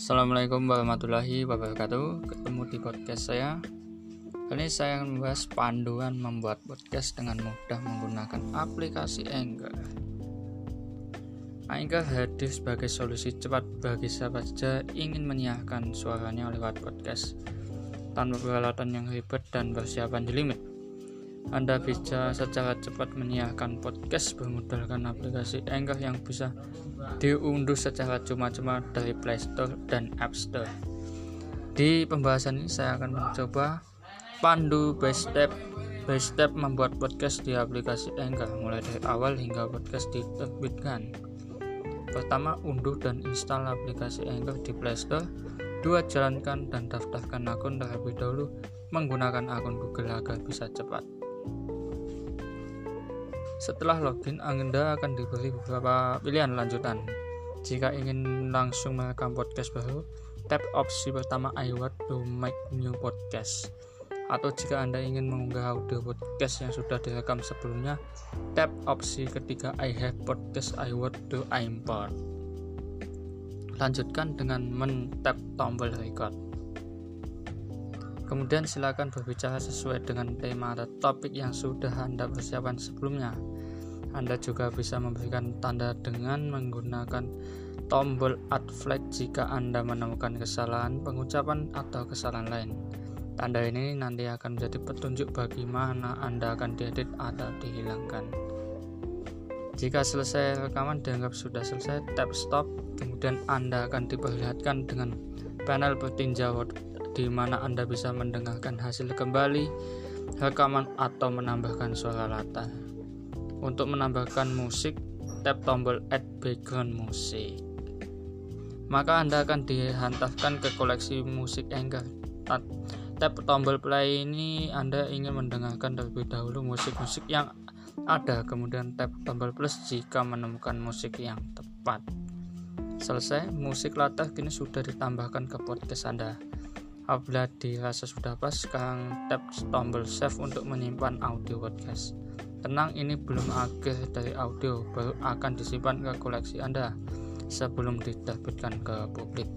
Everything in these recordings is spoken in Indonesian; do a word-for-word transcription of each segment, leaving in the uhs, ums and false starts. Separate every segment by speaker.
Speaker 1: Assalamualaikum warahmatullahi wabarakatuh. Ketemu di podcast saya. Kali ini saya akan membahas panduan membuat podcast dengan mudah menggunakan aplikasi Anchor. Anchor hadir sebagai solusi cepat bagi siapa saja ingin menyiarkan suaranya lewat podcast tanpa peralatan yang ribet dan persiapan di limit. Anda bisa secara cepat menyiarkan podcast bermodalkan aplikasi Anchor yang bisa diunduh secara cuma-cuma dari Play Store dan App Store. Di pembahasan ini saya akan mencoba pandu by step by step membuat podcast di aplikasi Anchor mulai dari awal hingga podcast diterbitkan. Pertama, unduh dan install aplikasi Anchor di Play Store. Dua, jalankan dan daftarkan akun terlebih dahulu menggunakan akun Google agar bisa cepat. Setelah login, Anda akan diberi beberapa pilihan lanjutan. Jika ingin langsung merekam podcast baru, tap opsi pertama I want to make new podcast. Atau jika Anda ingin mengunggah audio podcast yang sudah direkam sebelumnya, tap opsi ketiga I have podcast I want to import. Lanjutkan dengan men-tap tombol record. Kemudian silakan berbicara sesuai dengan tema atau topik yang sudah Anda persiapkan sebelumnya. Anda juga bisa memberikan tanda dengan menggunakan tombol add flag jika Anda menemukan kesalahan pengucapan atau kesalahan lain. Tanda ini nanti akan menjadi petunjuk bagi mana Anda akan diedit atau dihilangkan. Jika selesai rekaman dianggap sudah selesai, tap stop. Kemudian Anda akan diperlihatkan dengan panel petinjau di mana Anda bisa mendengarkan hasil kembali, rekaman atau menambahkan suara latar. Untuk menambahkan musik, tap tombol add background music. Maka Anda akan dihantarkan ke koleksi musik Anchor. Tap tombol play ini Anda ingin mendengarkan terlebih dahulu musik-musik yang ada, kemudian tap tombol plus jika menemukan musik yang tepat. Selesai, musik latar kini sudah ditambahkan ke podcast Anda. Apabila dirasa sudah pas, sekarang tap tombol save untuk menyimpan audio podcast. Tenang, ini belum akhir dari audio, baru akan disimpan ke koleksi Anda sebelum diterbitkan ke publik.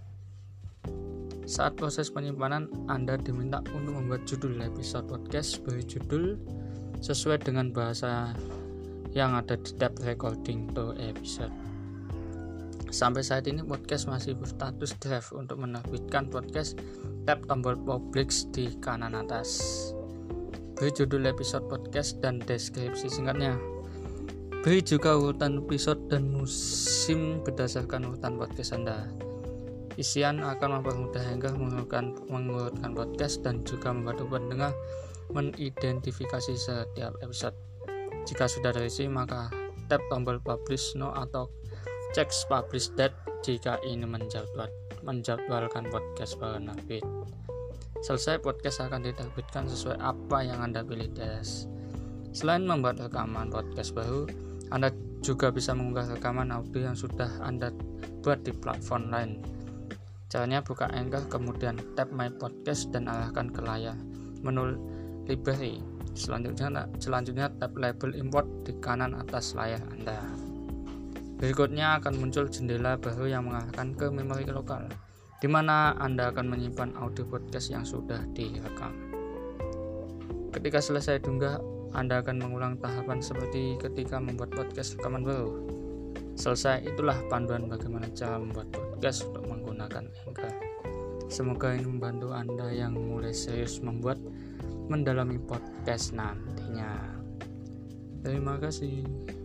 Speaker 1: Saat proses penyimpanan, Anda diminta untuk membuat judul episode podcast. Beri judul sesuai dengan bahasa yang ada di tab recording to episode. Sampai saat ini podcast masih berstatus draft. Untuk menerbitkan podcast, tap tombol publish di kanan atas. Beri judul episode podcast dan deskripsi singkatnya. Beri juga urutan episode dan musim berdasarkan urutan podcast Anda. Isian akan mempermudah Anchor mengurutkan, mengurutkan podcast dan juga membantu pendengar mengidentifikasi setiap episode. Jika sudah terisi, maka tap tombol publish now atau cek publish date jika ini menjadwal, menjadwalkan podcast baru terbit. Selesai, podcast akan diterbitkan sesuai apa yang Anda pilih tes. Selain membuat rekaman podcast baru, Anda juga bisa mengunggah rekaman audio yang sudah Anda buat di platform lain. Caranya, buka Anchor, kemudian tap My Podcast dan arahkan ke layar menu library. Selanjutnya, selanjutnya tap label import di kanan atas layar Anda. Berikutnya akan muncul jendela baru yang mengarahkan ke memori lokal, di mana Anda akan menyimpan audio podcast yang sudah direkam. Ketika selesai diunggah, Anda akan mengulang tahapan seperti ketika membuat podcast rekaman baru. Selesai, itulah panduan bagaimana cara membuat podcast untuk menggunakan Anchor. Semoga ini membantu Anda yang mulai serius membuat mendalami podcast nantinya. Terima kasih.